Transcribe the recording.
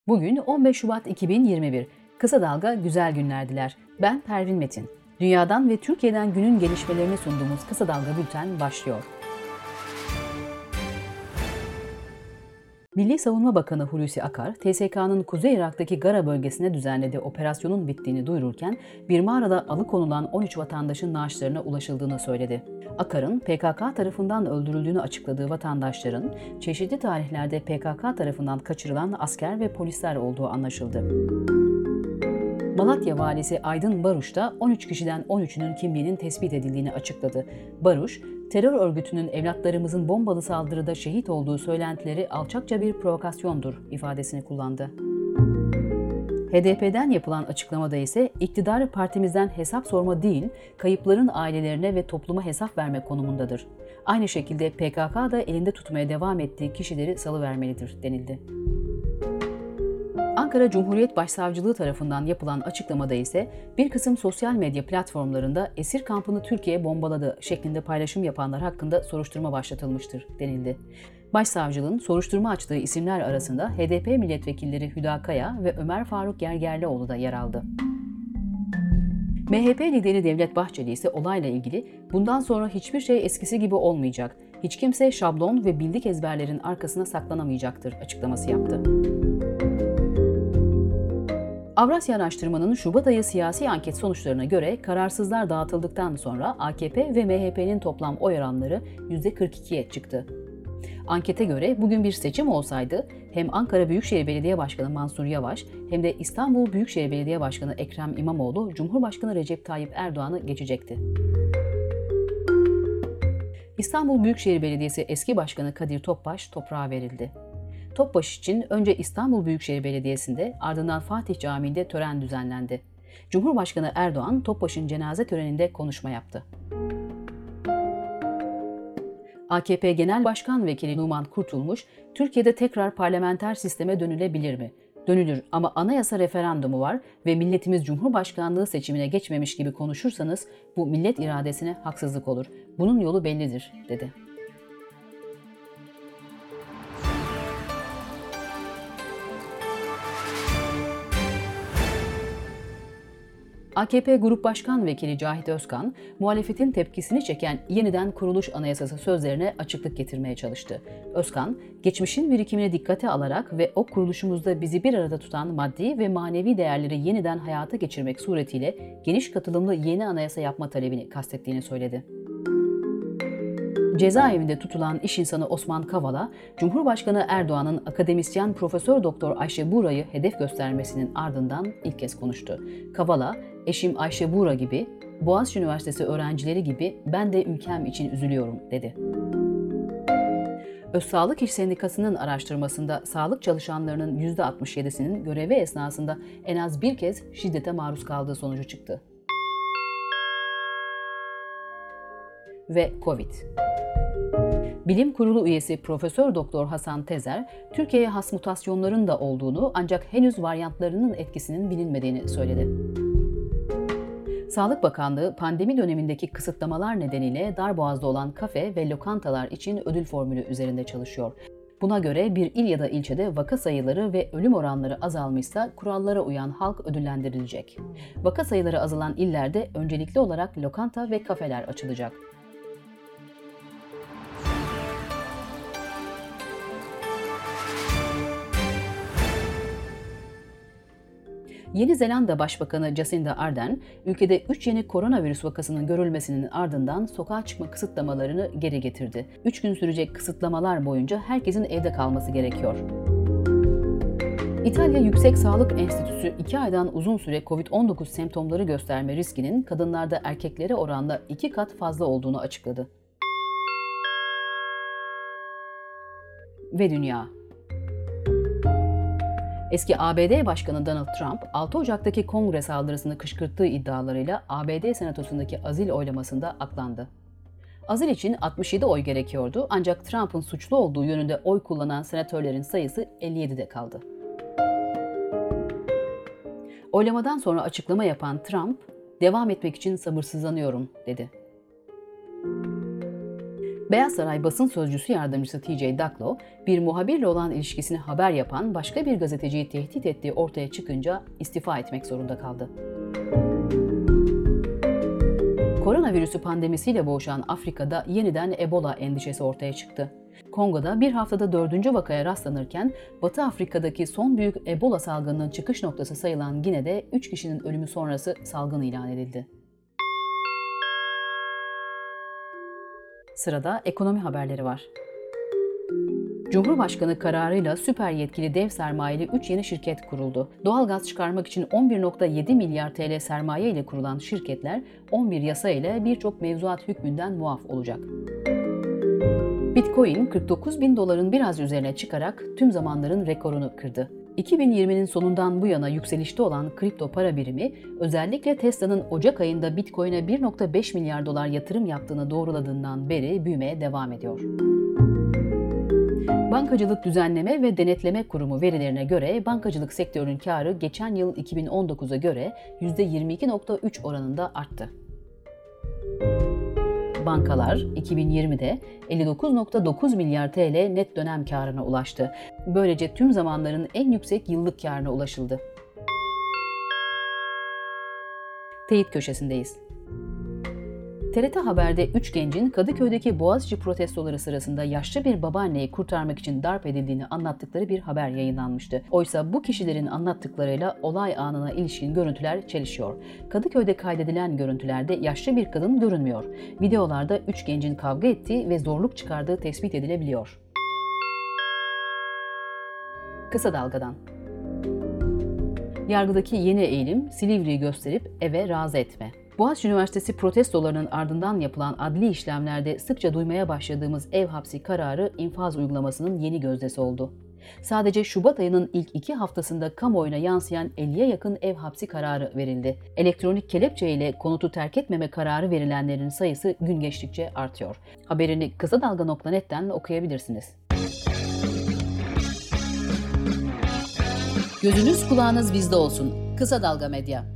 Bugün 15 Şubat 2021. Kısa Dalga güzel günler diler. Ben Pervin Metin. Dünyadan ve Türkiye'den günün gelişmelerini sunduğumuz Kısa Dalga Bülten başlıyor. Milli Savunma Bakanı Hulusi Akar, TSK'nın Kuzey Irak'taki Gara bölgesine düzenlediği operasyonun bittiğini duyururken bir mağarada alıkonulan 13 vatandaşın naaşlarına ulaşıldığını söyledi. Akar'ın PKK tarafından öldürüldüğünü açıkladığı vatandaşların çeşitli tarihlerde PKK tarafından kaçırılan asker ve polisler olduğu anlaşıldı. Malatya valisi Aydın Baruş da 13 kişiden 13'ünün kimliğinin tespit edildiğini açıkladı. Baruş, terör örgütünün evlatlarımızın bombalı saldırıda şehit olduğu söylentileri alçakça bir provokasyondur ifadesini kullandı. HDP'den yapılan açıklamada ise iktidar partimizden hesap sorma değil, kayıpların ailelerine ve topluma hesap verme konumundadır. Aynı şekilde PKK da elinde tutmaya devam ettiği kişileri salıvermelidir denildi. Ankara Cumhuriyet Başsavcılığı tarafından yapılan açıklamada ise bir kısım sosyal medya platformlarında esir kampını Türkiye bombaladı şeklinde paylaşım yapanlar hakkında soruşturma başlatılmıştır denildi. Başsavcılığın soruşturma açtığı isimler arasında HDP milletvekilleri Hüda Kaya ve Ömer Faruk Gergerlioğlu da yer aldı. MHP lideri Devlet Bahçeli ise olayla ilgili bundan sonra hiçbir şey eskisi gibi olmayacak, hiç kimse şablon ve bildik ezberlerin arkasına saklanamayacaktır açıklaması yaptı. Avrasya Araştırma'nın Şubat ayı siyasi anket sonuçlarına göre kararsızlar dağıtıldıktan sonra AKP ve MHP'nin toplam oy oranları %42'ye çıktı. Ankete göre bugün bir seçim olsaydı hem Ankara Büyükşehir Belediye Başkanı Mansur Yavaş hem de İstanbul Büyükşehir Belediye Başkanı Ekrem İmamoğlu Cumhurbaşkanı Recep Tayyip Erdoğan'ı geçecekti. İstanbul Büyükşehir Belediyesi eski başkanı Kadir Topbaş toprağa verildi. Topbaş için önce İstanbul Büyükşehir Belediyesi'nde ardından Fatih Camii'nde tören düzenlendi. Cumhurbaşkanı Erdoğan Topbaş'ın cenaze töreninde konuşma yaptı. AKP Genel Başkan Vekili Numan Kurtulmuş, Türkiye'de tekrar parlamenter sisteme dönülebilir mi? Dönülür ama anayasa referandumu var ve milletimiz Cumhurbaşkanlığı seçimine geçmemiş gibi konuşursanız bu millet iradesine haksızlık olur. Bunun yolu bellidir, dedi. AKP Grup Başkan Vekili Cahit Özkan, muhalefetin tepkisini çeken yeniden kuruluş anayasası sözlerine açıklık getirmeye çalıştı. Özkan, geçmişin birikimini dikkate alarak ve o kuruluşumuzda bizi bir arada tutan maddi ve manevi değerleri yeniden hayata geçirmek suretiyle geniş katılımlı yeni anayasa yapma talebini kastettiğini söyledi. Cezaevinde tutulan iş insanı Osman Kavala, Cumhurbaşkanı Erdoğan'ın akademisyen Profesör Doktor Ayşe Buğra'yı hedef göstermesinin ardından ilk kez konuştu. Kavala, eşim Ayşe Buğra gibi, Boğaziçi Üniversitesi öğrencileri gibi ben de ülkem için üzülüyorum, dedi. Özsağlık İş Sendikası'nın araştırmasında sağlık çalışanlarının %67'sinin görevi esnasında en az bir kez şiddete maruz kaldığı sonucu çıktı. Ve Covid. Bilim Kurulu üyesi Profesör Doktor Hasan Tezer, Türkiye'ye has mutasyonların da olduğunu ancak henüz varyantlarının etkisinin bilinmediğini söyledi. Sağlık Bakanlığı pandemi dönemindeki kısıtlamalar nedeniyle darboğazda olan kafe ve lokantalar için ödül formülü üzerinde çalışıyor. Buna göre bir il ya da ilçede vaka sayıları ve ölüm oranları azalmışsa kurallara uyan halk ödüllendirilecek. Vaka sayıları azalan illerde öncelikli olarak lokanta ve kafeler açılacak. Yeni Zelanda Başbakanı Jacinda Ardern, ülkede 3 yeni koronavirüs vakasının görülmesinin ardından sokağa çıkma kısıtlamalarını geri getirdi. 3 gün sürecek kısıtlamalar boyunca herkesin evde kalması gerekiyor. İtalya Yüksek Sağlık Enstitüsü 2 aydan uzun süre COVID-19 semptomları gösterme riskinin kadınlarda erkeklere oranla 2 kat fazla olduğunu açıkladı. Ve dünya. Eski ABD Başkanı Donald Trump, 6 Ocak'taki Kongre saldırısını kışkırttığı iddialarıyla ABD Senatosu'ndaki azil oylamasında aklandı. Azil için 67 oy gerekiyordu ancak Trump'ın suçlu olduğu yönünde oy kullanan senatörlerin sayısı 57'de kaldı. Oylamadan sonra açıklama yapan Trump, "Devam etmek için sabırsızlanıyorum," dedi. Beyaz Saray basın sözcüsü yardımcısı T.J. Ducklo, bir muhabirle olan ilişkisini haber yapan başka bir gazeteciyi tehdit ettiği ortaya çıkınca istifa etmek zorunda kaldı. Koronavirüsü pandemisiyle boğuşan Afrika'da yeniden Ebola endişesi ortaya çıktı. Kongo'da bir haftada 4. vakaya rastlanırken, Batı Afrika'daki son büyük Ebola salgınının çıkış noktası sayılan Gine'de 3 kişinin ölümü sonrası salgın ilan edildi. Sırada ekonomi haberleri var. Cumhurbaşkanı kararıyla süper yetkili dev sermayeli 3 yeni şirket kuruldu. Doğalgaz çıkarmak için 11,7 milyar TL sermaye ile kurulan şirketler 11 yasa ile birçok mevzuat hükmünden muaf olacak. Bitcoin 49 bin doların biraz üzerine çıkarak tüm zamanların rekorunu kırdı. 2020'nin sonundan bu yana yükselişte olan kripto para birimi, özellikle Tesla'nın Ocak ayında Bitcoin'e 1,5 milyar dolar yatırım yaptığını doğruladığından beri büyümeye devam ediyor. Bankacılık Düzenleme ve Denetleme Kurumu verilerine göre bankacılık sektörünün karı geçen yıl 2019'a göre %22,3 oranında arttı. Bankalar 2020'de 59,9 milyar TL net dönem karına ulaştı. Böylece tüm zamanların en yüksek yıllık karına ulaşıldı. Teyit köşesindeyiz. TRT Haber'de 3 gencin Kadıköy'deki Boğaziçi protestoları sırasında yaşlı bir babaanneyi kurtarmak için darp edildiğini anlattıkları bir haber yayınlanmıştı. Oysa bu kişilerin anlattıklarıyla olay anına ilişkin görüntüler çelişiyor. Kadıköy'de kaydedilen görüntülerde yaşlı bir kadın görünmüyor. Videolarda 3 gencin kavga ettiği ve zorluk çıkardığı tespit edilebiliyor. Kısa Dalga'dan. Yargıdaki yeni eğilim, Silivri'yi gösterip eve razı etme. Boğaziçi Üniversitesi protestolarının ardından yapılan adli işlemlerde sıkça duymaya başladığımız ev hapsi kararı infaz uygulamasının yeni gözdesi oldu. Sadece Şubat ayının ilk 2 haftasında kamuoyuna yansıyan 50'ye yakın ev hapsi kararı verildi. Elektronik kelepçe ile konutu terk etmeme kararı verilenlerin sayısı gün geçtikçe artıyor. Haberini kısadalga.net'ten okuyabilirsiniz. Gözünüz kulağınız bizde olsun. Kısa Dalga Medya.